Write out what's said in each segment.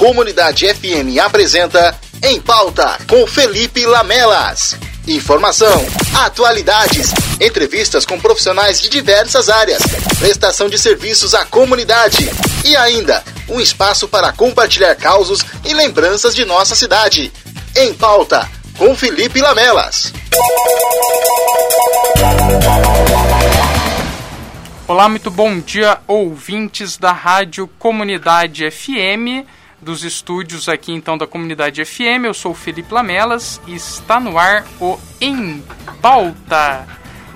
Comunidade FM apresenta Em Pauta com Felipe Lamelas. Informação, atualidades, entrevistas com profissionais de diversas áreas, prestação de serviços à comunidade e ainda um espaço para compartilhar causos e lembranças de nossa cidade. Em Pauta com Felipe Lamelas. Olá, muito bom dia, ouvintes da Rádio Comunidade FM, dos estúdios aqui então da Comunidade FM. Eu sou o Felipe Lamelas e está no ar o Em Pauta.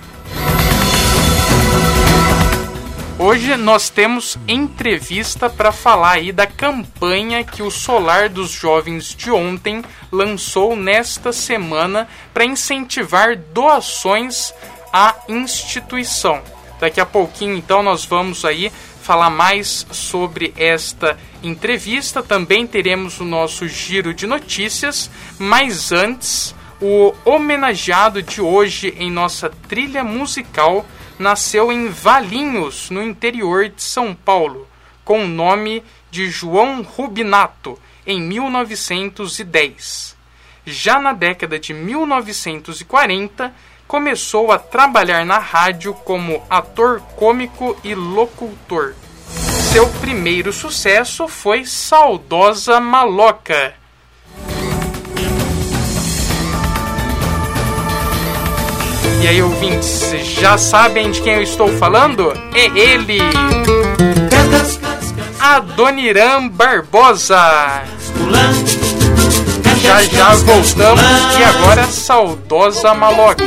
Hoje nós temos entrevista para falar aí da campanha que o Solar dos Jovens de ontem lançou nesta semana para incentivar doações à instituição. Daqui a pouquinho então nós vamos aí falar mais sobre esta entrevista. Também teremos o nosso giro de notícias, mas antes, o homenageado de hoje em nossa trilha musical nasceu em Valinhos, no interior de São Paulo, com o nome de João Rubinato, em 1910. Já na década de 1940, começou a trabalhar na rádio como ator cômico e locutor. Seu primeiro sucesso foi Saudosa Maloca. E aí, ouvintes, já sabem de quem eu estou falando? É ele! Adoniran Barbosa! Já voltamos e agora Saudosa Maloca.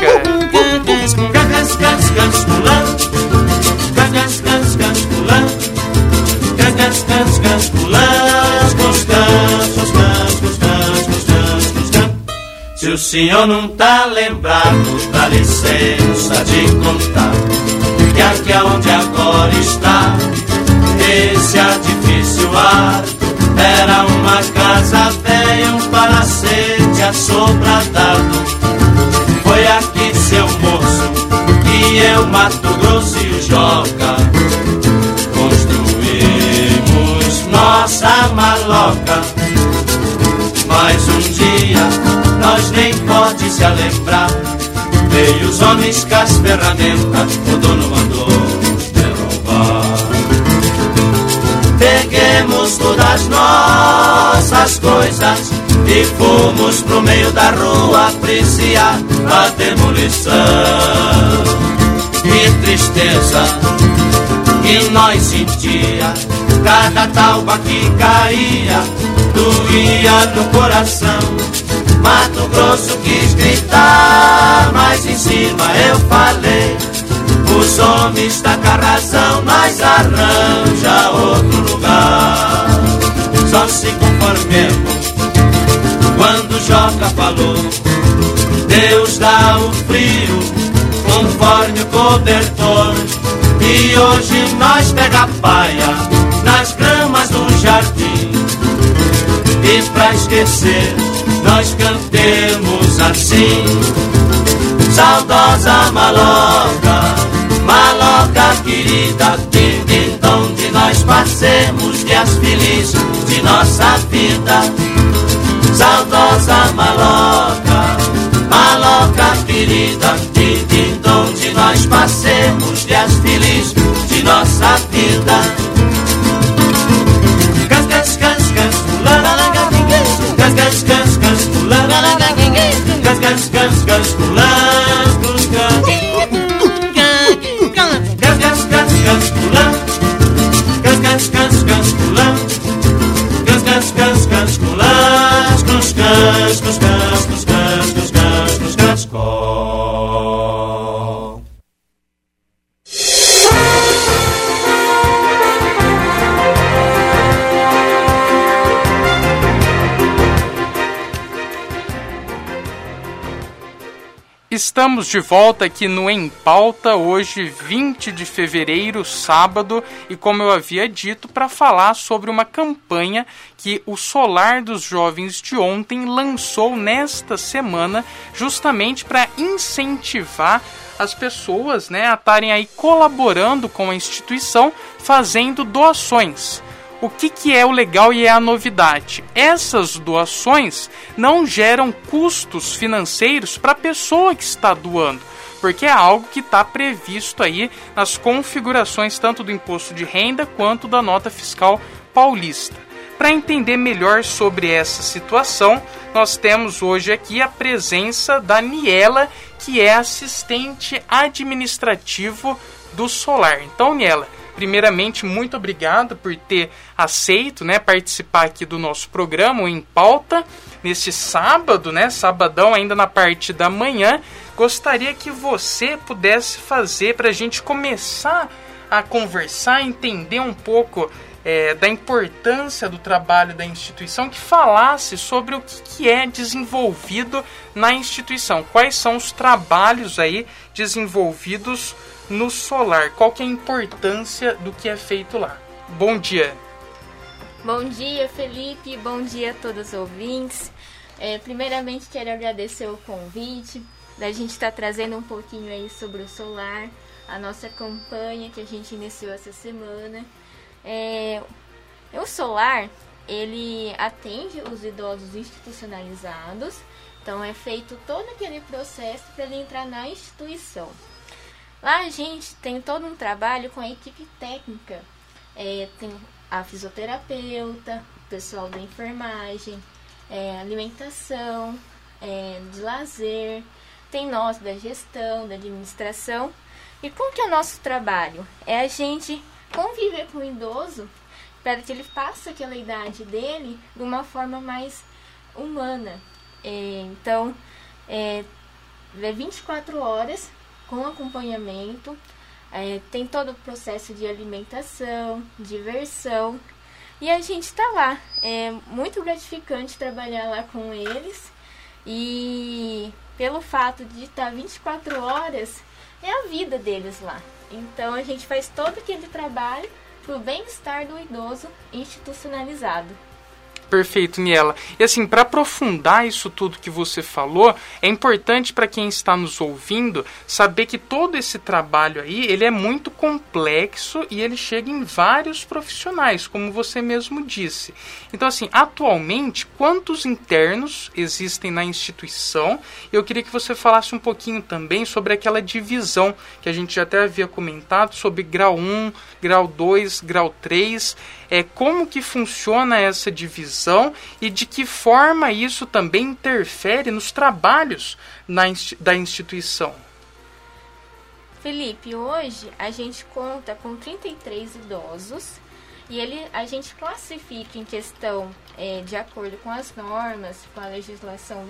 Se o senhor não tá lembrado, dá licença de contar que aqui aonde agora está esse edifício alto era uma casa velha, um palacete assombrado. Foi aqui, seu moço, que eu, Mato Grosso e o Joca construímos nossa maloca. Mas um dia nós nem pode se lembrar, veio os homens com as ferramentas, o dono mandou derrubar. Peguemos todas as nossas coisas e fomos pro meio da rua apreciar a demolição. Que tristeza que nós sentia, cada talba que caía doía no coração. Mato Grosso quis gritar, mas em cima eu falei: os homens tá com a razão, nós arranja outro lugar. Só se conformemos quando o Joca falou: Deus dá o frio conforme o cobertor. E hoje nós pega a paia nas gramas do jardim, e pra esquecer nós cantemos assim: saudosa maloca, maloca querida, din onde nós passemos dias felizes de nossa vida. Saudosa maloca, maloca querida, din onde nós passemos dias felizes de nossa vida. Cas, cas, cas, cas, cas, cas, cas, cas, cas, cas, cas, cas, Estamos de volta aqui no Em Pauta, hoje 20 de fevereiro, sábado, e como eu havia dito, para falar sobre uma campanha que o Solar dos Jovens de ontem lançou nesta semana, justamente para incentivar as pessoas, a estarem aí colaborando com a instituição, fazendo doações. o que é o legal e é a novidade? Essas doações não geram custos financeiros para a pessoa que está doando, porque é algo que está previsto aí nas configurações tanto do imposto de renda quanto da nota fiscal paulista. Para entender melhor sobre essa situação, nós temos hoje aqui a presença da Niela, que é assistente administrativo do Solar. Então, Niela, primeiramente, muito obrigado por ter aceito, participar aqui do nosso programa, o Em Pauta, neste sábado, sabadão, ainda na parte da manhã. Gostaria que você pudesse fazer para a gente começar a conversar, entender um pouco da importância do trabalho da instituição, que falasse sobre o que é desenvolvido na instituição, quais são os trabalhos aí desenvolvidos no Solar, qual que é a importância do que é feito lá. Bom dia. Bom dia, Felipe, bom dia a todos os ouvintes. Primeiramente quero agradecer o convite, da gente estar trazendo um pouquinho aí sobre o Solar, a nossa campanha que a gente iniciou essa semana. O Solar, ele atende os idosos institucionalizados, então é feito todo aquele processo para ele entrar na instituição. Lá a gente tem todo um trabalho com a equipe técnica, tem a fisioterapeuta, o pessoal da enfermagem, alimentação, de lazer, tem nós da gestão, da administração. E como que é o nosso trabalho? É a gente conviver com o idoso para que ele passe aquela idade dele de uma forma mais humana. Então, 24 horas com acompanhamento, tem todo o processo de alimentação, diversão, e a gente está lá. É muito gratificante trabalhar lá com eles, e pelo fato de estar 24 horas, é a vida deles lá. Então a gente faz todo aquele trabalho para o bem-estar do idoso institucionalizado. Perfeito, Niela. E assim, para aprofundar isso tudo que você falou, é importante para quem está nos ouvindo saber que todo esse trabalho aí, ele é muito complexo e ele chega em vários profissionais, como você mesmo disse. Então assim, atualmente, quantos internos existem na instituição? Eu queria que você falasse um pouquinho também sobre aquela divisão que a gente já até havia comentado sobre grau 1, grau 2, grau 3. Como que funciona essa divisão e de que forma isso também interfere nos trabalhos da instituição? Felipe, hoje a gente conta com 33 idosos e a gente classifica em questão de acordo com as normas, com a legislação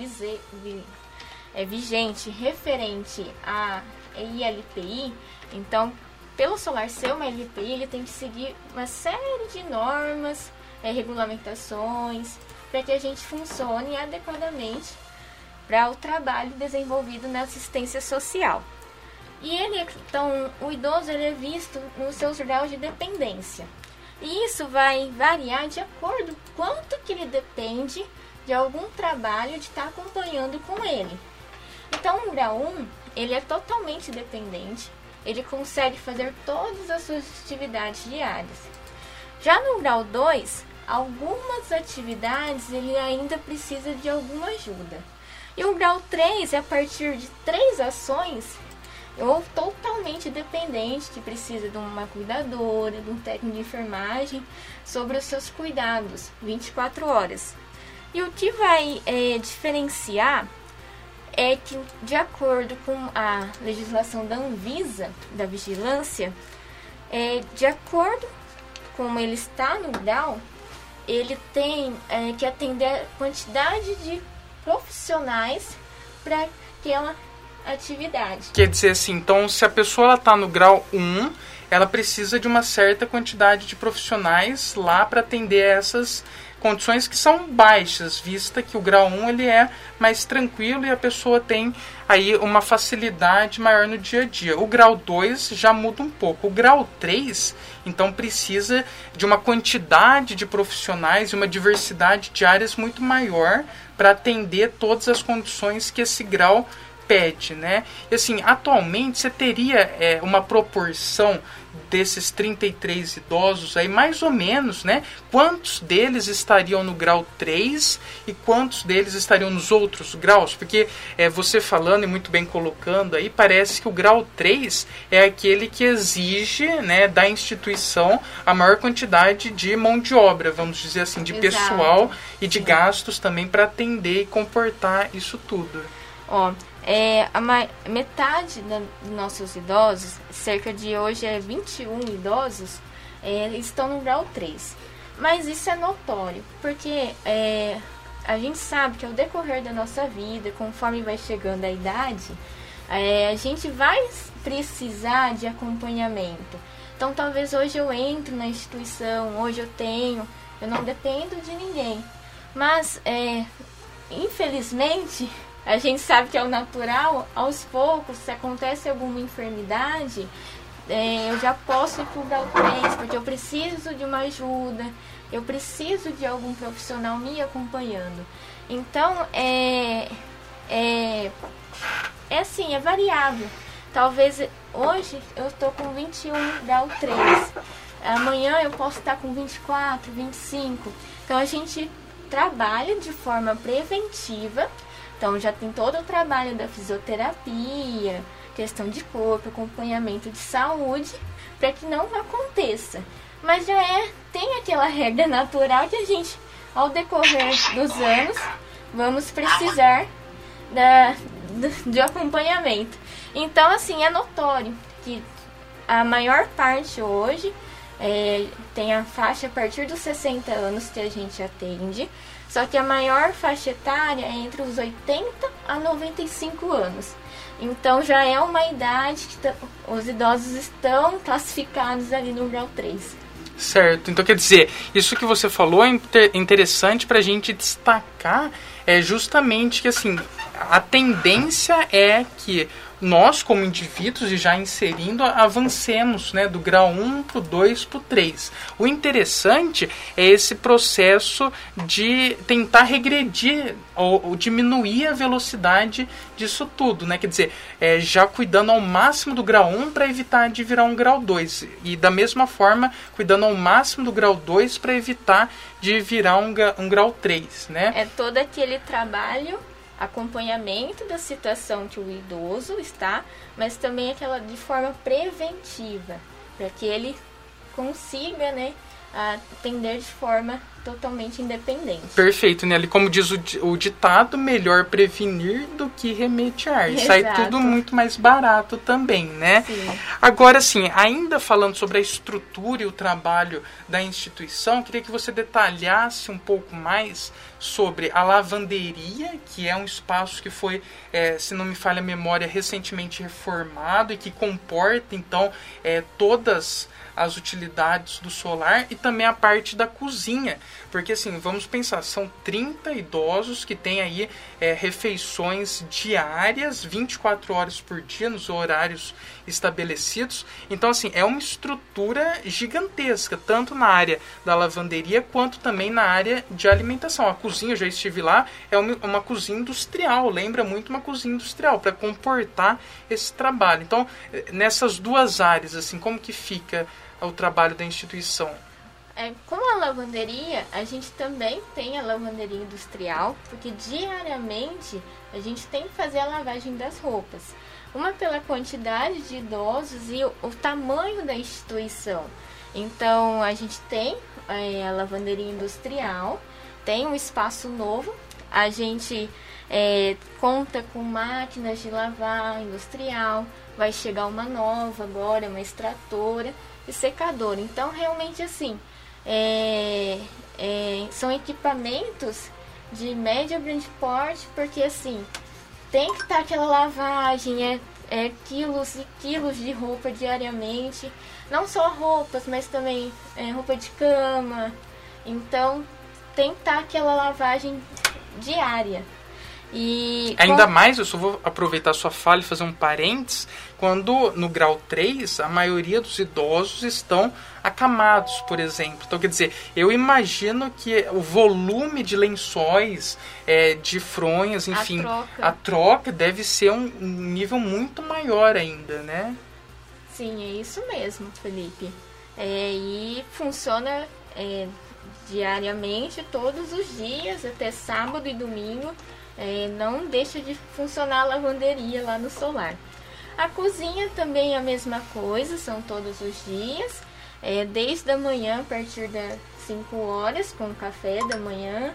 vigente referente à ILPI. Então, pelo Solar ser uma LPI, ele tem que seguir uma série de normas, regulamentações, para que a gente funcione adequadamente para o trabalho desenvolvido na assistência social. E o idoso ele é visto nos seus graus de dependência. E isso vai variar de acordo com quanto que ele depende de algum trabalho de estar acompanhando com ele. Então, o grau 1, ele é totalmente dependente. Ele consegue fazer todas as suas atividades diárias. Já no grau 2, algumas atividades ele ainda precisa de alguma ajuda. E o grau 3 é a partir de 3 ações, ou totalmente dependente, que precisa de uma cuidadora, de um técnico de enfermagem, sobre os seus cuidados, 24 horas. E o que vai diferenciar é que, de acordo com a legislação da Anvisa, da vigilância, de acordo com como ele está no grau, ele tem que atender a quantidade de profissionais para aquela atividade. Quer dizer assim, então se a pessoa está no grau 1, ela precisa de uma certa quantidade de profissionais lá para atender essas condições que são baixas, vista que o grau 1 ele é mais tranquilo e a pessoa tem aí uma facilidade maior no dia a dia. O grau 2 já muda um pouco. O grau 3, então, precisa de uma quantidade de profissionais e uma diversidade de áreas muito maior para atender todas as condições que esse grau pede, né? E assim, atualmente você teria uma proporção desses 33 idosos aí, mais ou menos, né? Quantos deles estariam no grau 3 e quantos deles estariam nos outros graus? Porque você falando e muito bem colocando aí, parece que o grau 3 é aquele que exige, né, da instituição a maior quantidade de mão de obra, vamos dizer assim, de pessoal e de gastos também para atender e comportar isso tudo. Ó, metade dos nossos idosos, cerca de hoje 21 idosos, estão no grau 3. Mas isso é notório, porque a gente sabe que ao decorrer da nossa vida, conforme vai chegando a idade, a gente vai precisar de acompanhamento. Então talvez hoje eu entre na instituição, hoje eu não dependo de ninguém. Mas, infelizmente, a gente sabe que é o natural, aos poucos, se acontece alguma enfermidade, eu já posso ir para o grau 3, porque eu preciso de uma ajuda, eu preciso de algum profissional me acompanhando. Então, assim, é variável. Talvez hoje eu estou com 21 grau 3, amanhã eu posso estar com 24, 25. Então, a gente trabalha de forma preventiva. Então, já tem todo o trabalho da fisioterapia, questão de corpo, acompanhamento de saúde, para que não aconteça. Mas tem aquela regra natural que a gente, ao decorrer dos anos, vamos precisar de acompanhamento. Então, assim, é notório que a maior parte hoje tem a faixa a partir dos 60 anos que a gente atende. Só que a maior faixa etária é entre os 80 a 95 anos. Então já é uma idade que os idosos estão classificados ali no grau 3. Certo, então quer dizer, isso que você falou é interessante para a gente destacar, justamente que assim, a tendência é que nós, como indivíduos, e já inserindo, avancemos, né, do grau 1 para o 2 para o 3. O interessante é esse processo de tentar regredir ou diminuir a velocidade disso tudo, né? Quer dizer, já cuidando ao máximo do grau 1 para evitar de virar um grau 2. E da mesma forma, cuidando ao máximo do grau 2 para evitar de virar um grau 3, né? É todo aquele trabalho, acompanhamento da situação que o idoso está, mas também aquela de forma preventiva, para que ele consiga, né, atender de forma totalmente independente. Perfeito, Nelly. Como diz o ditado, melhor prevenir do que remediar. Exato. Sai tudo muito mais barato também, né? Sim. Agora, sim, ainda falando sobre a estrutura e o trabalho da instituição, queria que você detalhasse um pouco mais sobre a lavanderia, que é um espaço que foi, se não me falha a memória, recentemente reformado e que comporta, então, todas as utilidades do solar, e também a parte da cozinha, porque assim, vamos pensar, são 30 idosos que têm aí refeições diárias, 24 horas por dia, nos horários estabelecidos. Então assim, é uma estrutura gigantesca, tanto na área da lavanderia, quanto também na área de alimentação. A cozinha, eu já estive lá, é uma cozinha industrial, lembra muito uma cozinha industrial, para comportar esse trabalho. Então, nessas duas áreas, assim, como que fica o trabalho da instituição? Como a lavanderia, a gente também tem a lavanderia industrial, porque diariamente a gente tem que fazer a lavagem das roupas. Uma pela quantidade de idosos e o tamanho da instituição. Então, a gente tem a lavanderia industrial, tem um espaço novo, a gente conta com máquinas de lavar industrial, vai chegar uma nova agora, uma extratora e secadora. Então, realmente assim, são equipamentos de médio a grande porte, porque assim, tem que estar aquela lavagem, quilos e quilos de roupa diariamente, não só roupas, mas também roupa de cama. Então, tem que estar aquela lavagem diária. E ainda mais, eu só vou aproveitar a sua fala e fazer um parênteses, quando no grau 3, a maioria dos idosos estão acamados, por exemplo. Então, quer dizer, eu imagino que o volume de lençóis, de fronhas, enfim, a troca deve ser um nível muito maior ainda, né? Sim, é isso mesmo, Felipe. E funciona diariamente, todos os dias, até sábado e domingo. Não deixa de funcionar a lavanderia lá no solar. A cozinha também é a mesma coisa, são todos os dias, desde a manhã, a partir das 5 horas, com o café da manhã,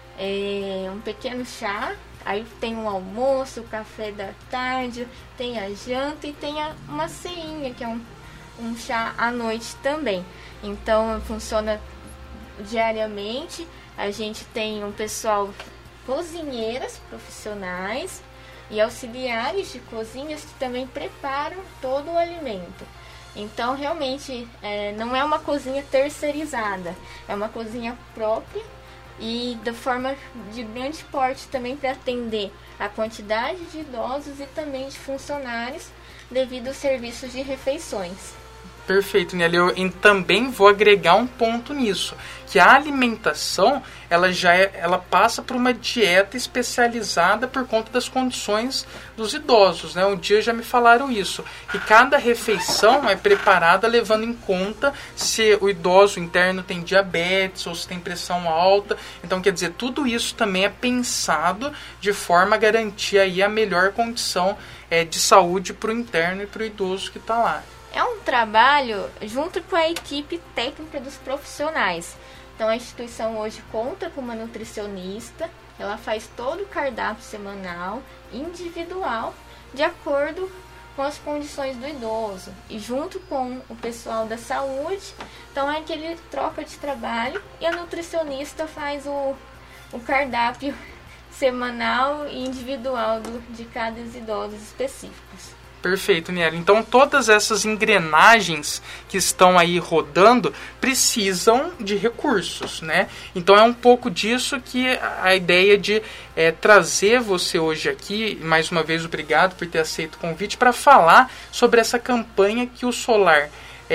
um pequeno chá, aí tem o almoço, o café da tarde, tem a janta e tem uma ceinha, que é um chá à noite também. Então funciona diariamente. A gente tem um pessoal, cozinheiras profissionais e auxiliares de cozinhas que também preparam todo o alimento. Então, realmente, não é uma cozinha terceirizada, é uma cozinha própria e da forma de grande porte também para atender a quantidade de idosos e também de funcionários devido aos serviços de refeições. Perfeito, Nelly. Eu também vou agregar um ponto nisso, que a alimentação ela passa por uma dieta especializada por conta das condições dos idosos, né? Um dia já me falaram isso, que cada refeição é preparada levando em conta se o idoso interno tem diabetes ou se tem pressão alta. Então, quer dizer, tudo isso também é pensado de forma a garantir aí a melhor condição de saúde para o interno e para o idoso que está lá. É um trabalho junto com a equipe técnica dos profissionais. Então, a instituição hoje conta com uma nutricionista, ela faz todo o cardápio semanal, individual, de acordo com as condições do idoso. E junto com o pessoal da saúde, então é aquele troca de trabalho e a nutricionista faz o cardápio semanal e individual de cada idoso específicos. Perfeito, Niela. Então, todas essas engrenagens que estão aí rodando precisam de recursos, né? Então, é um pouco disso que a ideia de trazer você hoje aqui, mais uma vez, obrigado por ter aceito o convite, para falar sobre essa campanha que o Solar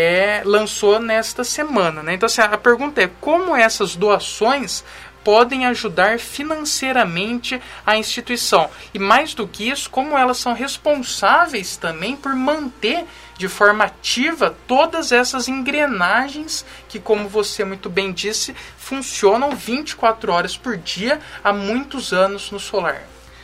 lançou nesta semana, né? Então, assim, a pergunta é como essas doações podem ajudar financeiramente a instituição. E mais do que isso, como elas são responsáveis também por manter de forma ativa todas essas engrenagens que, como você muito bem disse, funcionam 24 horas por dia há muitos anos no Solar.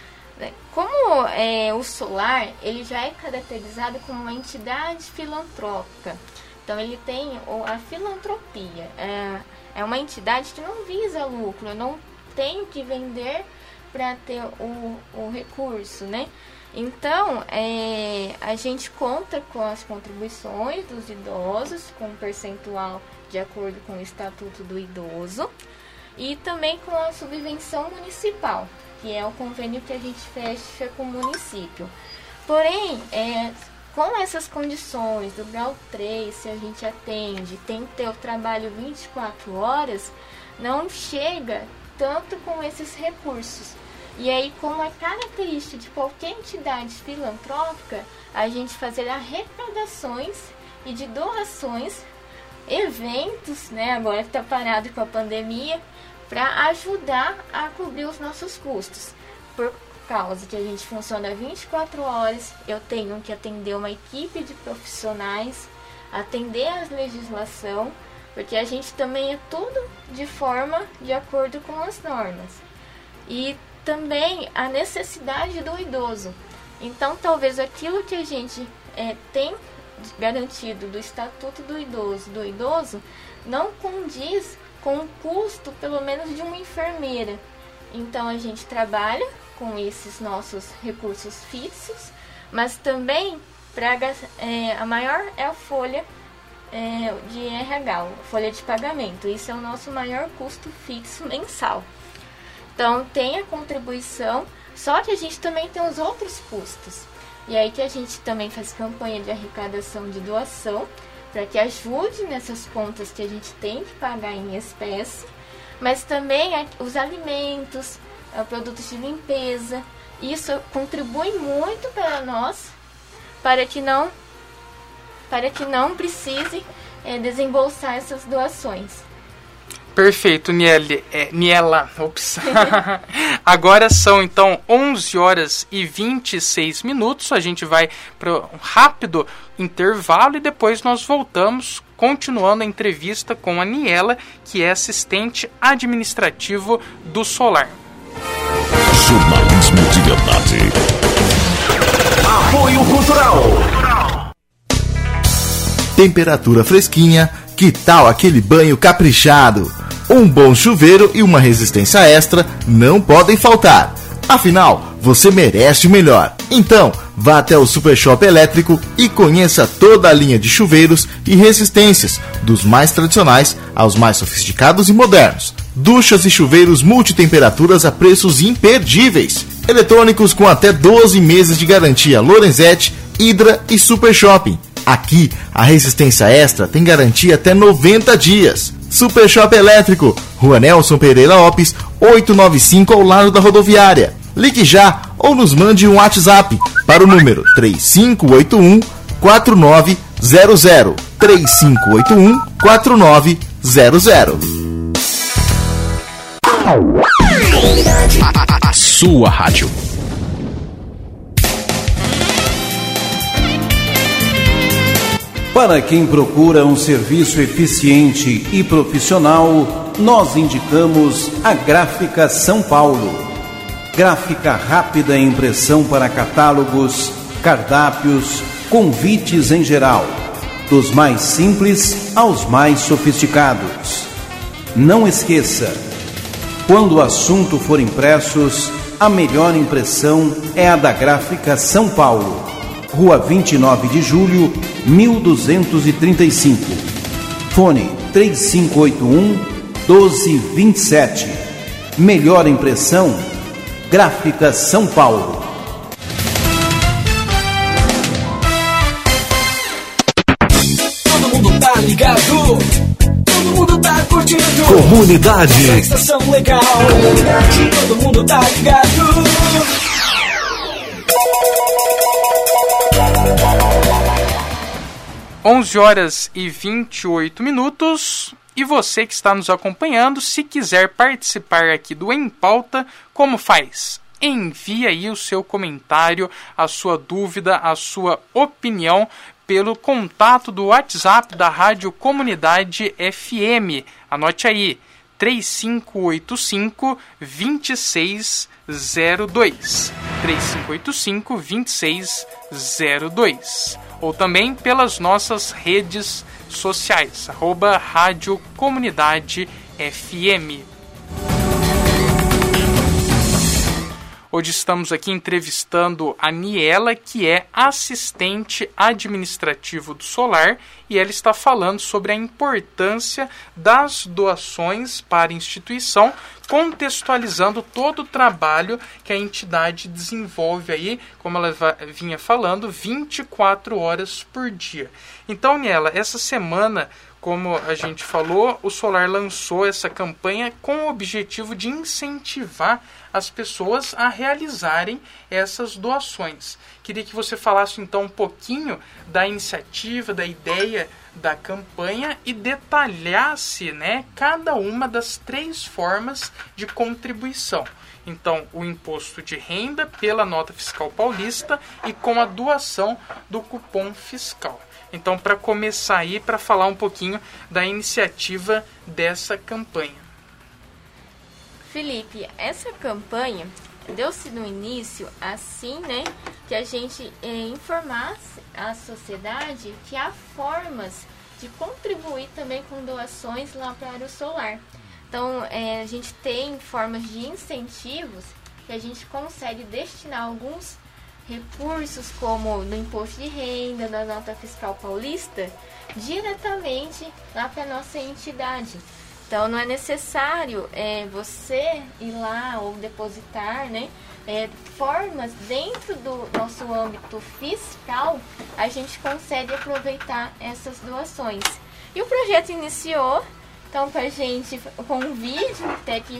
Como o Solar, ele já é caracterizado como uma entidade filantrópica. Então, ele tem a filantropia. É uma entidade que não visa lucro, eu não tenho que vender para ter o recurso, né? Então, a gente conta com as contribuições dos idosos, com um percentual de acordo com o Estatuto do Idoso, e também com a subvenção municipal, que é o convênio que a gente fecha com o município. Porém, com essas condições do grau 3, se a gente atende, tem que ter o trabalho 24 horas, não chega tanto com esses recursos. E aí, como é característica de qualquer entidade filantrópica, a gente fazer arrecadações e de doações, eventos, né, agora que está parado com a pandemia, para ajudar a cobrir os nossos custos. Por causa que a gente funciona 24 horas, eu tenho que atender uma equipe de profissionais, atender a legislação, porque a gente também é tudo de forma de acordo com as normas. E também a necessidade do idoso. Então, talvez aquilo que a gente tem garantido do Estatuto do Idoso não condiz com o custo, pelo menos, de uma enfermeira. Então, a gente trabalha com esses nossos recursos fixos, mas também a maior é a folha de RH, a folha de pagamento. Isso é o nosso maior custo fixo mensal. Então, tem a contribuição, só que a gente também tem os outros custos. E aí que a gente também faz campanha de arrecadação de doação, para que ajude nessas contas que a gente tem que pagar em espécie, mas também os alimentos, produtos de limpeza. Isso contribui muito para nós, para que não precise desembolsar essas doações. Perfeito, Niela. Ops. Agora são, então, 11 horas e 26 minutos. A gente vai para um rápido intervalo e depois nós voltamos, continuando a entrevista com a Niela, que é assistente administrativo do Solar. Jornalismo de verdade. Apoio Cultural. Temperatura fresquinha, que tal aquele banho caprichado? Um bom chuveiro e uma resistência extra não podem faltar. Afinal, você merece o melhor. Então, vá até o Super Shop Elétrico e conheça toda a linha de chuveiros e resistências, dos mais tradicionais aos mais sofisticados e modernos. Duchas e chuveiros multitemperaturas a preços imperdíveis. Eletrônicos com até 12 meses de garantia Lorenzetti, Hydra e Super Shopping. Aqui, a resistência extra tem garantia até 90 dias. Super Shop Elétrico, Rua Nelson Pereira Lopes, 895 ao lado da rodoviária. Ligue já ou nos mande um WhatsApp para o número 3581-4900. 3581-4900. A sua rádio. Para quem procura um serviço eficiente e profissional, nós indicamos a Gráfica São Paulo. Gráfica rápida em impressão para catálogos, cardápios, convites em geral, dos mais simples aos mais sofisticados. Não esqueça, quando o assunto for impressos, a melhor impressão é a da Gráfica São Paulo. Rua 29 de Julho, 1235. Fone 3581-1227. Melhor impressão, Gráfica São Paulo. Todo mundo tá ligado, todo mundo tá curtindo. Comunidade. Estação legal, todo mundo tá ligado. Onze horas e 28 minutos. E você que está nos acompanhando, se quiser participar aqui do Em Pauta, como faz? Envie aí o seu comentário, a sua dúvida, a sua opinião pelo contato do WhatsApp da Rádio Comunidade FM. Anote aí, 3585-2602. 3585-2602. Ou também pelas nossas redes sociais, @Rádio Comunidade FM. Hoje estamos aqui entrevistando a Niela, que é assistente administrativo do Solar, e ela está falando sobre a importância das doações para a instituição, contextualizando todo o trabalho que a entidade desenvolve aí, como ela vinha falando, 24 horas por dia. Então, Niela, essa semana, como a gente falou, o Solar lançou essa campanha com o objetivo de incentivar as pessoas a realizarem essas doações. Queria que você falasse então um pouquinho da iniciativa, da ideia da campanha e detalhasse, né, cada uma das 3 formas de contribuição. Então, o imposto de renda pela nota fiscal paulista e com a doação do cupom fiscal. Então, para começar aí, para falar um pouquinho da iniciativa dessa campanha. Felipe, essa campanha deu-se no início assim, né, que a gente informasse a sociedade que há formas de contribuir também com doações lá para o Solar. Então, a gente tem formas de incentivos que a gente consegue destinar alguns recursos, como no imposto de renda, da nota fiscal paulista, diretamente lá para a nossa entidade. Então, não é necessário você ir lá ou depositar, né? Formas dentro do nosso âmbito fiscal, a gente consegue aproveitar essas doações. E o projeto iniciou, então, para a gente, com um vídeo até que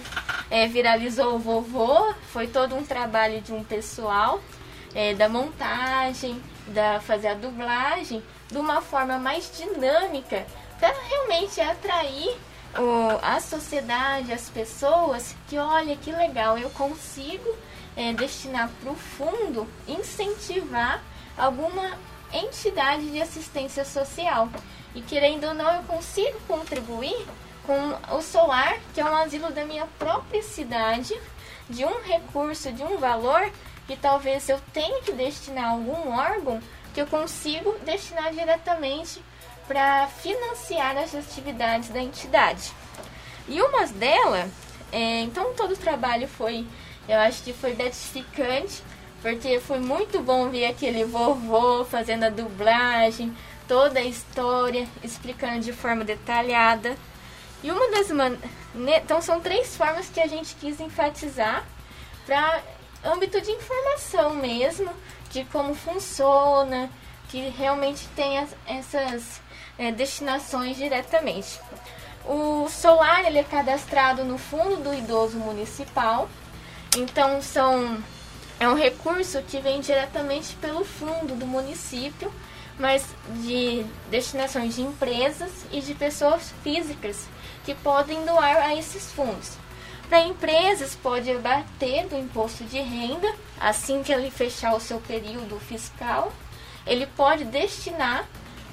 viralizou o vovô, foi todo um trabalho de um pessoal, da montagem, fazer a dublagem, de uma forma mais dinâmica, para realmente atrair a sociedade, as pessoas, que olha que legal, eu consigo destinar para o fundo, incentivar alguma entidade de assistência social. E querendo ou não, eu consigo contribuir com o solar, que é um asilo da minha própria cidade, de um recurso, de um valor, que talvez eu tenha que destinar a algum órgão, que eu consigo destinar diretamente para financiar as atividades da entidade. E uma delas, então todo o trabalho eu acho que foi gratificante, porque foi muito bom ver aquele vovô fazendo a dublagem, toda a história, explicando de forma detalhada. E uma das então são 3 formas que a gente quis enfatizar para âmbito de informação mesmo, de como funciona, que realmente tem essas destinações diretamente. O solar ele é cadastrado no Fundo do Idoso Municipal, então é um recurso que vem diretamente pelo fundo do município, mas de destinações de empresas e de pessoas físicas que podem doar a esses fundos. Para empresas, pode abater do imposto de renda, assim que ele fechar o seu período fiscal, ele pode destinar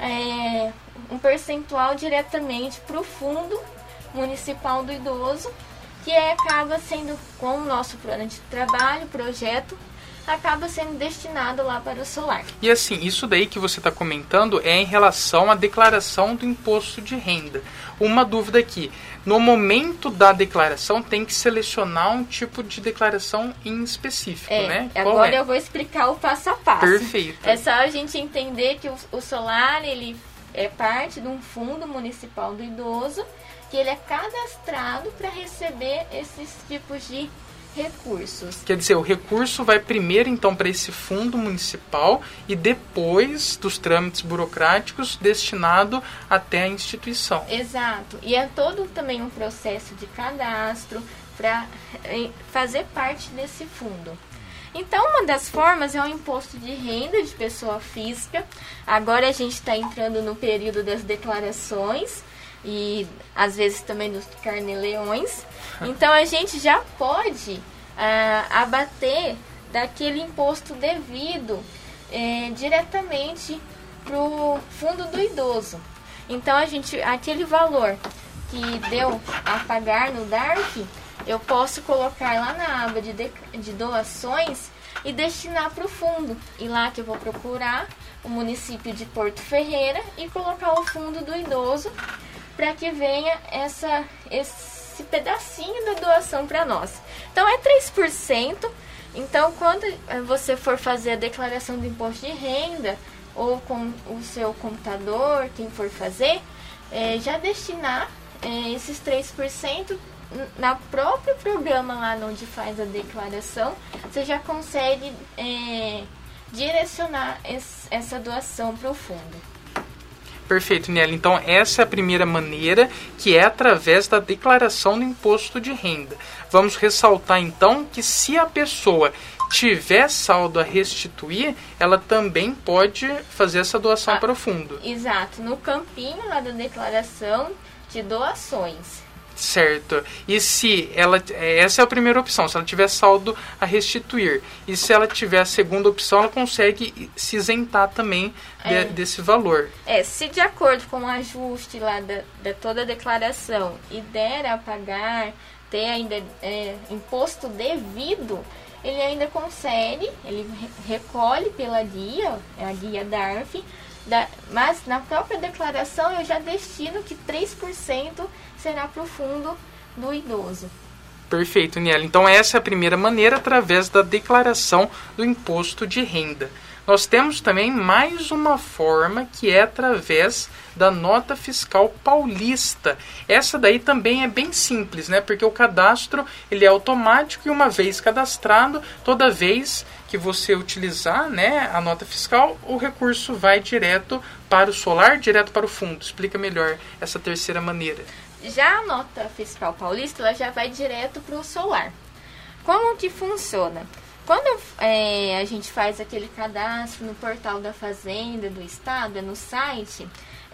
um percentual diretamente para o Fundo Municipal do Idoso, que acaba sendo, com o nosso plano de trabalho, projeto, acaba sendo destinado lá para o solar. E assim, isso daí que você está comentando é em relação à declaração do imposto de renda. Uma dúvida aqui, no momento da declaração tem que selecionar um tipo de declaração em específico, né? Agora eu vou explicar o passo a passo. Perfeito. É só a gente entender que o solar, ele é parte de um fundo municipal do idoso, que ele é cadastrado para receber esses tipos de recursos. Quer dizer, o recurso vai primeiro então para esse fundo municipal e depois dos trâmites burocráticos destinado até a instituição. Exato. E é todo também um processo de cadastro para fazer parte desse fundo. Então, uma das formas é o imposto de renda de pessoa física. Agora a gente está entrando no período das declarações e às vezes também dos carnê-leões. Então a gente já pode abater daquele imposto devido diretamente para o fundo do idoso. Então aquele valor que deu a pagar no DARF, eu posso colocar lá na aba de doações e destinar para o fundo. E lá que eu vou procurar o município de Porto Ferreira e colocar o fundo do idoso para que venha esse pedacinho da doação para nós. Então é 3%. Então quando você for fazer a declaração do imposto de renda ou com o seu computador, quem for fazer, já destinar esses 3% na próprio programa lá onde faz a declaração, você já consegue direcionar essa doação para o fundo. Perfeito, Nelly. Então, essa é a primeira maneira, que é através da declaração do imposto de renda. Vamos ressaltar, então, que se a pessoa tiver saldo a restituir, ela também pode fazer essa doação para o fundo. Exato. No campinho lá da declaração de doações. Certo. E se essa é a primeira opção, se ela tiver saldo a restituir. E se ela tiver a segunda opção, ela consegue se isentar também desse valor. Se de acordo com o ajuste lá da toda a declaração e der a pagar, ter ainda imposto devido, ele ainda consegue, ele recolhe pela guia, a guia DARF, mas na própria declaração eu já destino que 3% será para o fundo do idoso. Perfeito, Niela. Então essa é a primeira maneira, através da declaração do imposto de renda. Nós temos também mais uma forma, que é através da nota fiscal paulista. Essa daí também é bem simples, né? Porque o cadastro ele é automático e uma vez cadastrado, toda vez que você utilizar, né, a nota fiscal, o recurso vai direto para o solar, direto para o fundo. Explica melhor essa terceira maneira. Já a nota fiscal paulista, ela já vai direto para o solar. Como que funciona? Quando a gente faz aquele cadastro no portal da Fazenda do Estado, no site,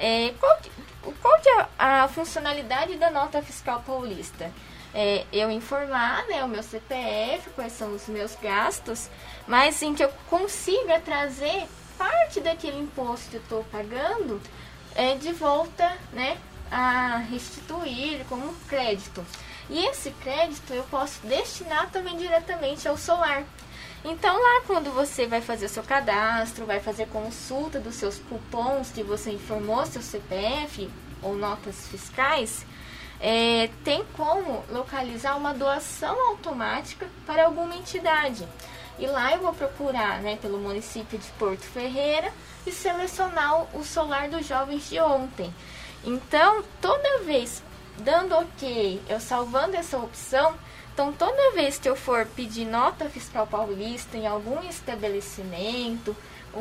qual que é a funcionalidade da nota fiscal paulista? Eu informar, né, o meu CPF, quais são os meus gastos, mas sim que eu consiga trazer parte daquele imposto que eu estou pagando de volta, né, a restituir como crédito. E esse crédito eu posso destinar também diretamente ao solar. Então lá quando você vai fazer o seu cadastro, vai fazer consulta dos seus cupons que você informou, seu CPF ou notas fiscais, tem como localizar uma doação automática para alguma entidade. E lá eu vou procurar, né, pelo município de Porto Ferreira e selecionar o solar dos jovens de ontem. Então, toda vez dando ok, eu salvando essa opção, então toda vez que eu for pedir nota fiscal paulista em algum estabelecimento ou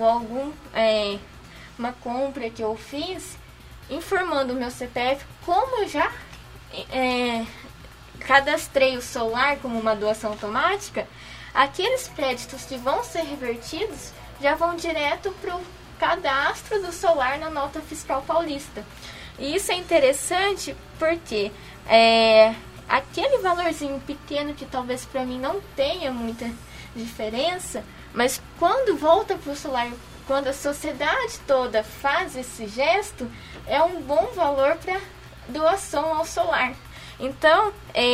uma compra que eu fiz, informando o meu CPF, como eu já cadastrei o solar como uma doação automática, aqueles créditos que vão ser revertidos já vão direto para o cadastro do solar na nota fiscal paulista. E isso é interessante porque aquele valorzinho pequeno que talvez para mim não tenha muita diferença, mas quando volta para o solar, quando a sociedade toda faz esse gesto, é um bom valor para doação ao solar. Então,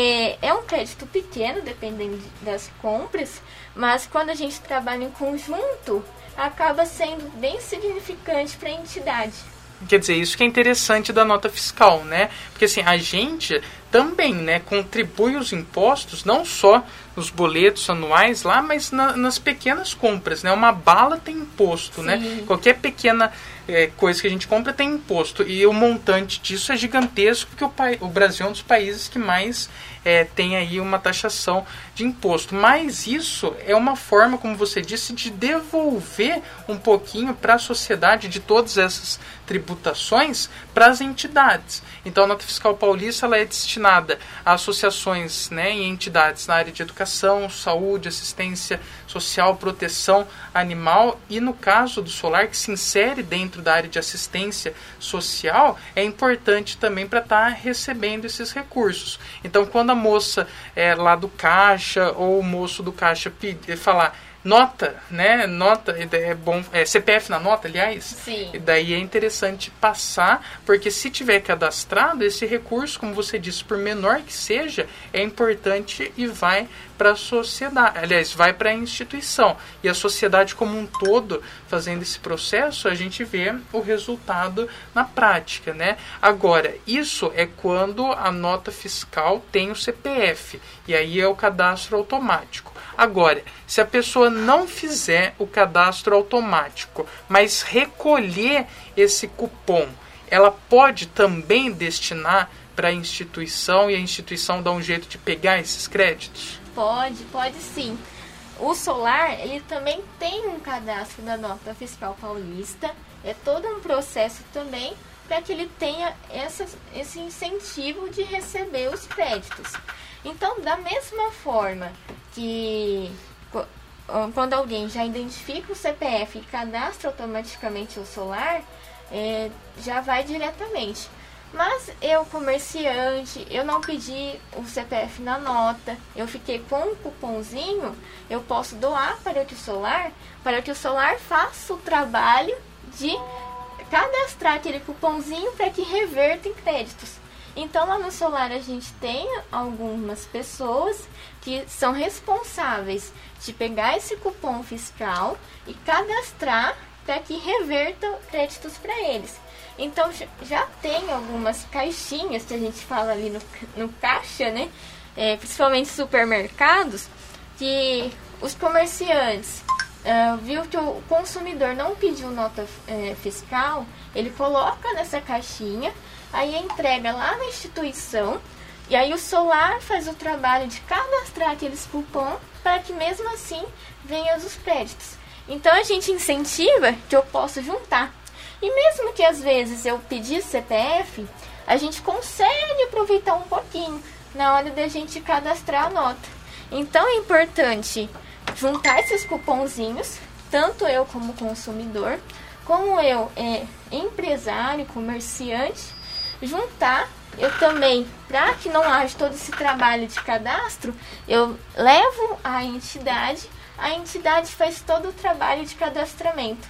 é um crédito pequeno, dependendo das compras, mas quando a gente trabalha em conjunto, acaba sendo bem significante para a entidade. Quer dizer, isso que é interessante da nota fiscal, né? Porque assim, a gente também, né, contribui os impostos, não só nos boletos anuais lá, mas nas pequenas compras, né? Uma bala tem imposto, Sim. né? Qualquer pequena coisa que a gente compra tem imposto. E o montante disso é gigantesco, porque o Brasil é um dos países que mais tem aí uma taxação de imposto. Mas isso é uma forma, como você disse, de devolver um pouquinho para a sociedade de todas essas tributações para as entidades. Então a nota fiscal paulista ela é destinada a associações, né, e entidades na área de educação, saúde, assistência social, proteção animal, e no caso do solar, que se insere dentro da área de assistência social, é importante também para estar recebendo esses recursos. Então quando a moça lá do caixa ou o moço do caixa falar nota, né? Nota é bom, CPF na nota, aliás. Sim. E daí é interessante passar, porque se tiver cadastrado, esse recurso, como você disse, por menor que seja, é importante e vai para a sociedade, aliás, vai para a instituição. E a sociedade como um todo, fazendo esse processo, a gente vê o resultado na prática, né? Agora, isso é quando a nota fiscal tem o CPF, e aí é o cadastro automático. Agora, se a pessoa não fizer o cadastro automático, mas recolher esse cupom, ela pode também destinar para a instituição e a instituição dá um jeito de pegar esses créditos? Pode sim. O solar, ele também tem um cadastro da nota fiscal paulista, é todo um processo também para que ele tenha esse incentivo de receber os créditos. Então, da mesma forma que quando alguém já identifica o CPF e cadastra automaticamente o solar, já vai diretamente. Mas eu, comerciante, eu não pedi o CPF na nota, eu fiquei com um cupomzinho, eu posso doar para que o solar faça o trabalho de cadastrar aquele cupomzinho para que reverta em créditos. Então, lá no solar a gente tem algumas pessoas que são responsáveis de pegar esse cupom fiscal e cadastrar para que reverta créditos para eles. Então, já tem algumas caixinhas que a gente fala ali no caixa, né? Principalmente supermercados, que os comerciantes viu que o consumidor não pediu nota fiscal, ele coloca nessa caixinha, aí entrega lá na instituição, e aí o solar faz o trabalho de cadastrar aqueles cupons para que mesmo assim venham os créditos. Então a gente incentiva que eu possa juntar. E mesmo que às vezes eu pedisse CPF, a gente consegue aproveitar um pouquinho na hora da gente cadastrar a nota. Então é importante juntar esses cupomzinhos, tanto eu como consumidor, como eu empresário, comerciante, juntar. Eu também, para que não haja todo esse trabalho de cadastro, eu levo a entidade faz todo o trabalho de cadastramento.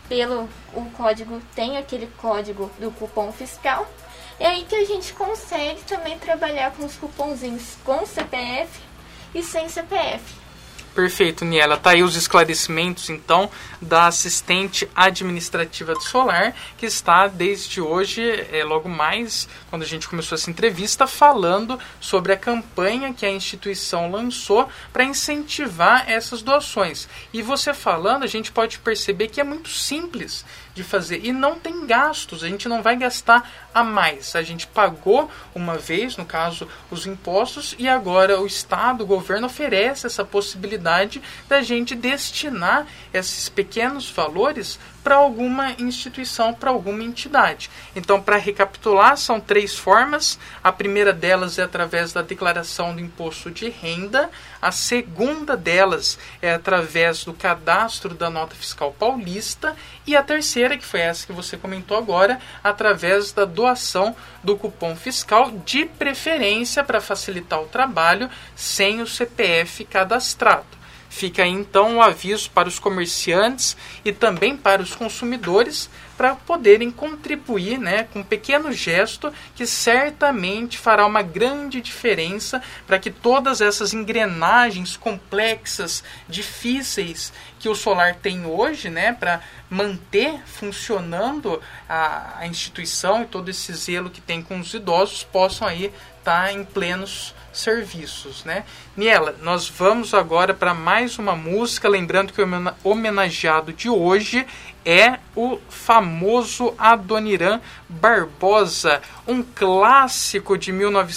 O código, tem aquele código do cupom fiscal, é aí que a gente consegue também trabalhar com os cupomzinhos com CPF e sem CPF. Perfeito, Niela. Tá aí os esclarecimentos, então, da assistente administrativa do Solar, que está desde hoje, logo mais, quando a gente começou essa entrevista, falando sobre a campanha que a instituição lançou para incentivar essas doações. E você falando, a gente pode perceber que é muito simples de fazer e não tem gastos, a gente não vai gastar a mais. A gente pagou uma vez, no caso, os impostos, e agora o Estado, o governo oferece essa possibilidade da gente destinar esses pequenos valores para alguma instituição, para alguma entidade. Então, para recapitular, são 3 formas. A primeira delas é através da declaração do imposto de renda. A segunda delas é através do cadastro da nota fiscal paulista. E a terceira, que foi essa que você comentou agora, através da doação do cupom fiscal, de preferência para facilitar o trabalho, sem o CPF cadastrado. Fica aí, então, um aviso para os comerciantes e também para os consumidores para poderem contribuir, né, com um pequeno gesto que certamente fará uma grande diferença para que todas essas engrenagens complexas, difíceis que o Solar tem hoje, né, para manter funcionando a instituição e todo esse zelo que tem com os idosos, possam aí estar em plenos serviços, né? Niela, nós vamos agora para mais uma música, lembrando que o homenageado de hoje é o famoso Adoniran Barbosa, um clássico de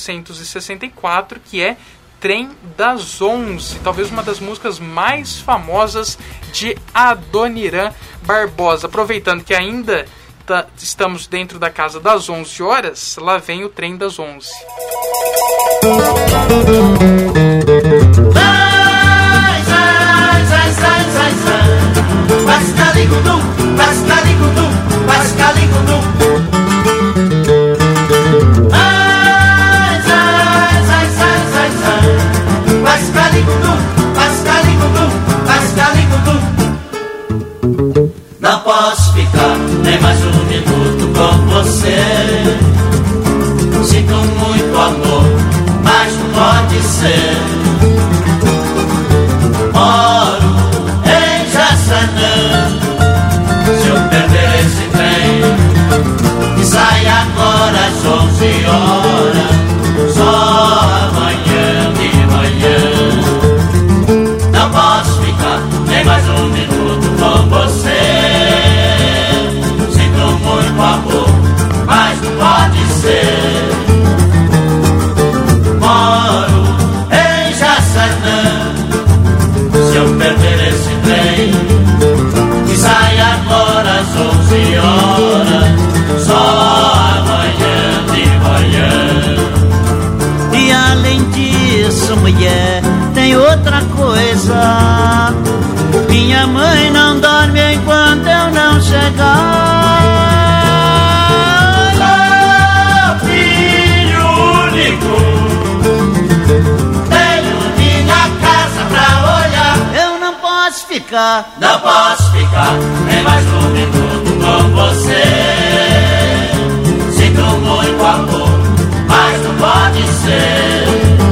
1964, que é Trem das 11, talvez uma das músicas mais famosas de Adoniran Barbosa. Aproveitando que ainda estamos dentro da casa das 11 horas, lá vem o Trem das 11. Não posso ficar nem mais um minuto com você. Sinto muito amor, mas não pode ser. Moro em Jaçanã. Se eu perder esse trem, que sai agora às 11 horas, só amanhã de manhã. Não posso ficar nem mais um minuto com você. Sinto muito amor, mas não pode ser. Moro em Jaçanã. Se eu perder esse trem, que sai agora às 11 horas, só amanhã de manhã. E além disso, mulher, tem outra coisa. Minha mãe não dorme enquanto eu não chegar. Sou filho único, tenho minha casa pra olhar. Eu não posso ficar, não posso ficar nem mais um minuto com você. Sinto muito amor, mas não pode ser.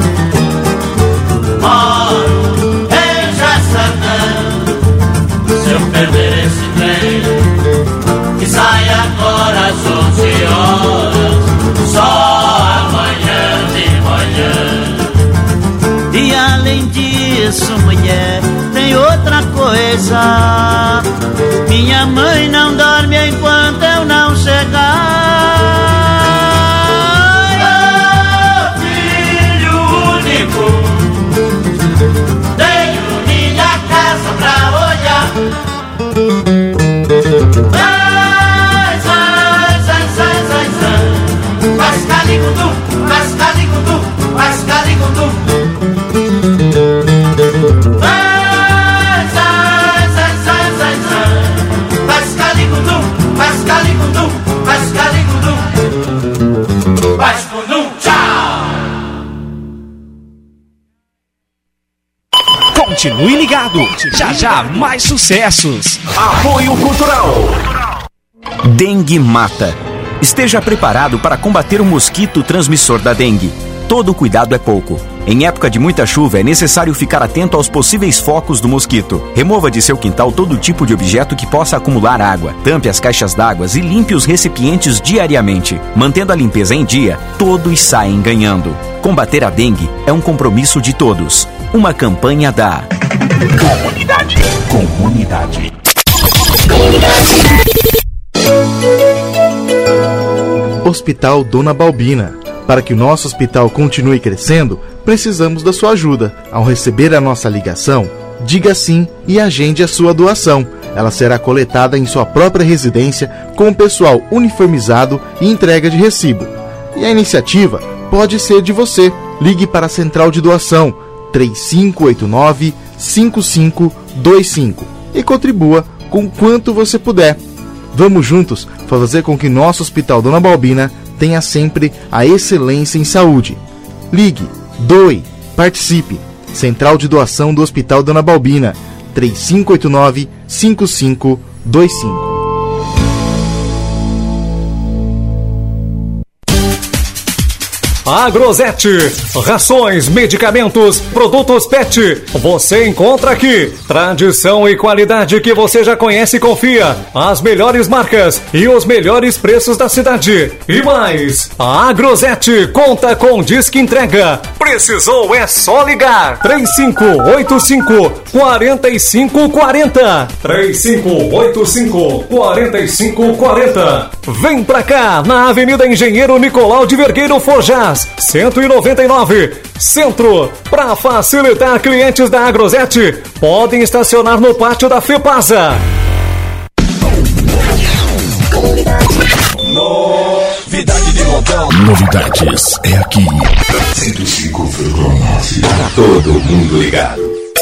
Moro em Jaçanã. Se eu perder esse trem, que sai agora às 11 horas, só amanhã de manhã. e além disso, mulher, tem outra coisa. Minha mãe não dorme enquanto eu não chegar. Filho único, tenho minha casa pra olhar. Vai Continue ligado. Já mais sucessos. Apoio Cultural. Dengue mata. Esteja preparado para combater o mosquito transmissor da dengue. Todo cuidado é pouco. Em época de muita chuva, é necessário ficar atento aos possíveis focos do mosquito. Remova de seu quintal todo tipo de objeto que possa acumular água. Tampe as caixas d'água e limpe os recipientes diariamente. Mantendo a limpeza em dia, todos saem ganhando. Combater a dengue é um compromisso de todos. Uma campanha da Comunidade. Hospital Dona Balbina. Para que o nosso hospital continue crescendo, precisamos da sua ajuda. Ao receber a nossa ligação, diga sim e agende a sua doação. Ela será coletada em sua própria residência com o pessoal uniformizado e entrega de recibo. E a iniciativa pode ser de você. Ligue para a Central de Doação 3589-5525 e contribua com quanto você puder. Vamos juntos fazer com que nosso Hospital Dona Balbina tenha sempre a excelência em saúde. Ligue, doe, participe. Central de Doação do Hospital Dona Balbina, 3589-5525. Agrosete, rações, medicamentos, produtos pet, você encontra aqui. Tradição e qualidade que você já conhece e confia. As melhores marcas e os melhores preços da cidade. E mais, a Agrosete conta com disque entrega. Precisou é só ligar. 3585-4540. 3585-4540. Vem pra cá, na Avenida Engenheiro Nicolau de Vergueiro Forjás, 199, Centro. Para facilitar, clientes da Agrosete podem estacionar no pátio da FEPASA. Novidade de montão. Novidades é aqui. 105,9. Para todo mundo ligado.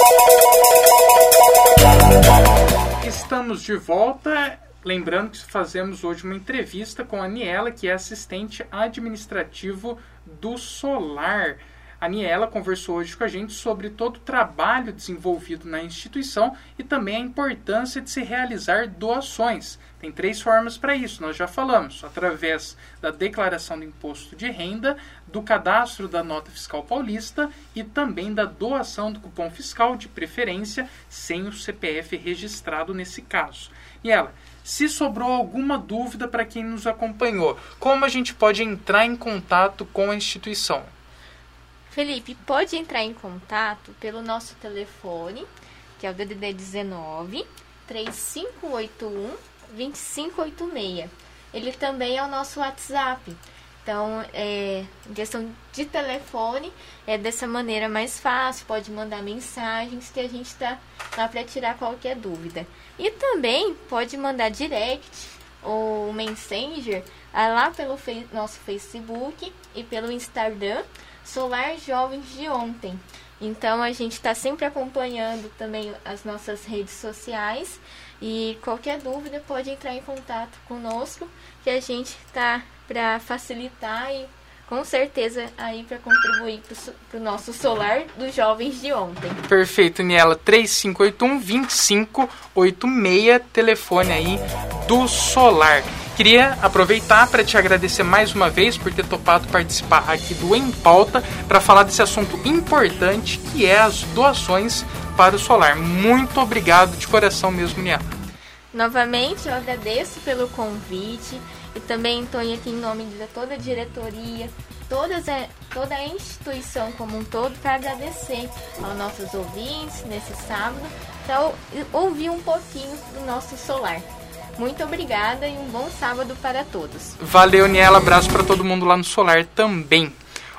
Estamos de volta. Lembrando que fazemos hoje uma entrevista com a Aniela, que é assistente administrativo do Solar. A Aniela conversou hoje com a gente sobre todo o trabalho desenvolvido na instituição e também a importância de se realizar doações. Tem 3 formas para isso, nós já falamos, através da declaração do imposto de renda, do cadastro da nota fiscal paulista e também da doação do cupom fiscal, de preferência sem o CPF registrado nesse caso. Aniela, se sobrou alguma dúvida para quem nos acompanhou, como a gente pode entrar em contato com a instituição? Felipe, pode entrar em contato pelo nosso telefone, que é o DDD 19 3581 2586. Ele também é o nosso WhatsApp. Então, em questão de telefone, é dessa maneira mais fácil, pode mandar mensagens que a gente está lá para tirar qualquer dúvida. E também pode mandar direct ou Messenger lá pelo nosso Facebook e pelo Instagram, Solar Jovens de Ontem. Então, a gente está sempre acompanhando também as nossas redes sociais e qualquer dúvida pode entrar em contato conosco, que a gente está para facilitar e com certeza aí para contribuir para o nosso Solar dos Jovens de Ontem. Perfeito, Niela. 3581-2586, telefone aí do Solar. Queria aproveitar para te agradecer mais uma vez por ter topado participar aqui do Em Pauta para falar desse assunto importante que é as doações para o Solar. Muito obrigado de coração mesmo, Niela. Novamente, eu agradeço pelo convite e também estou aqui em nome de toda a diretoria, toda a instituição como um todo, para agradecer aos nossos ouvintes nesse sábado, para ouvir um pouquinho do nosso Solar. Muito obrigada e um bom sábado para todos. Valeu, Niela. Abraço para todo mundo lá no Solar também.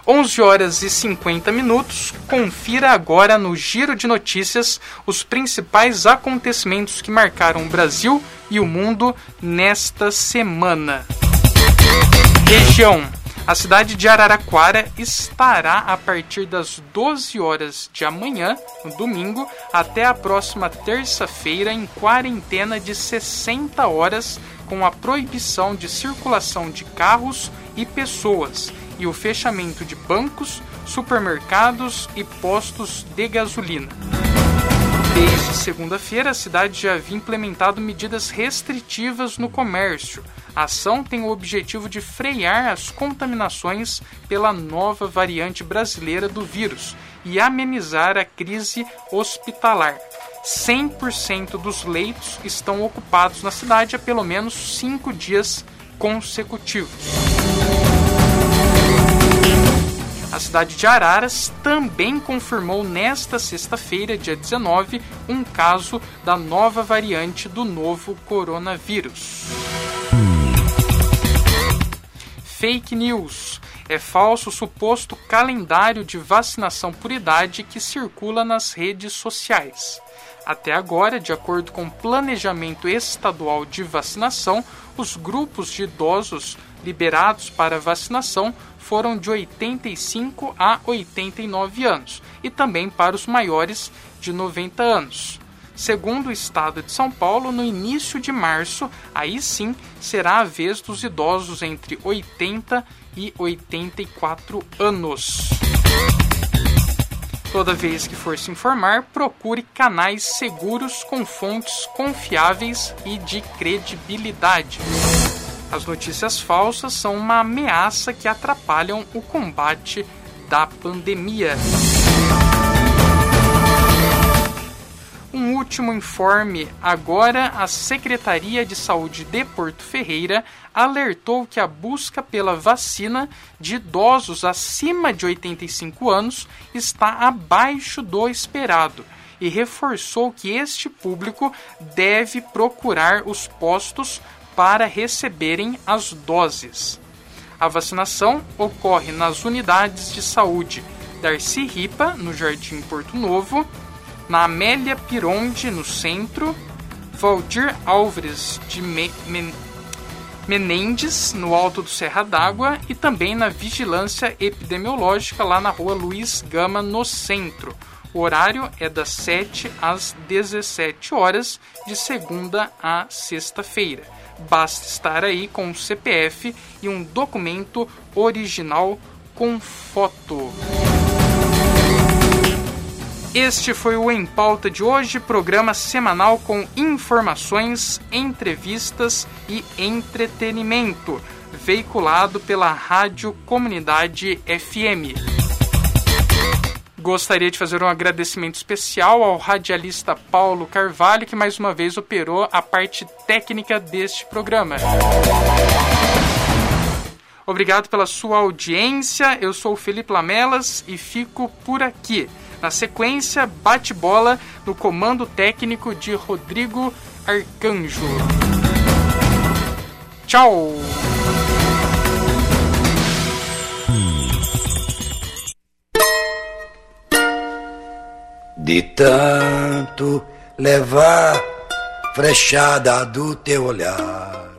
11h50. Confira agora no Giro de Notícias os principais acontecimentos que marcaram o Brasil e o mundo nesta semana. Região. A cidade de Araraquara estará a partir das 12 horas de amanhã, no domingo, até a próxima terça-feira em quarentena de 60 horas, com a proibição de circulação de carros e pessoas e o fechamento de bancos, supermercados e postos de gasolina. Desde segunda-feira, a cidade já havia implementado medidas restritivas no comércio. A ação tem o objetivo de frear as contaminações pela nova variante brasileira do vírus e amenizar a crise hospitalar. 100% dos leitos estão ocupados na cidade há pelo menos 5 dias consecutivos. A cidade de Araras também confirmou nesta sexta-feira, dia 19, um caso da nova variante do novo coronavírus. Fake news. É falso o suposto calendário de vacinação por idade que circula nas redes sociais. Até agora, de acordo com o Planejamento Estadual de Vacinação, os grupos de idosos liberados para vacinação foram de 85 a 89 anos e também para os maiores de 90 anos. Segundo o estado de São Paulo, no início de março, aí sim será a vez dos idosos entre 80 e 84 anos. Toda vez que for se informar, procure canais seguros com fontes confiáveis e de credibilidade. As notícias falsas são uma ameaça que atrapalham o combate da pandemia. Um último informe. Agora, a Secretaria de Saúde de Porto Ferreira alertou que a busca pela vacina de idosos acima de 85 anos está abaixo do esperado e reforçou que este público deve procurar os postos para receberem as doses. A vacinação ocorre nas unidades de saúde Darcy Ripa, no Jardim Porto Novo, na Amélia Pironde, no centro, Valdir Álvares de Menendez, no Alto do Serra d'Água, e também na Vigilância Epidemiológica, lá na Rua Luiz Gama, no centro. O horário é das 7 às 17 horas, de segunda a sexta-feira. Basta estar aí com o CPF e um documento original com foto. Este foi o Em Pauta de hoje, programa semanal com informações, entrevistas e entretenimento, veiculado pela Rádio Comunidade FM. Gostaria de fazer um agradecimento especial ao radialista Paulo Carvalho, que mais uma vez operou a parte técnica deste programa. Obrigado pela sua audiência, eu sou o Felipe Lamelas e fico por aqui. Na sequência, bate-bola no comando técnico de Rodrigo Arcanjo. Tchau! De tanto levar frechada do teu olhar,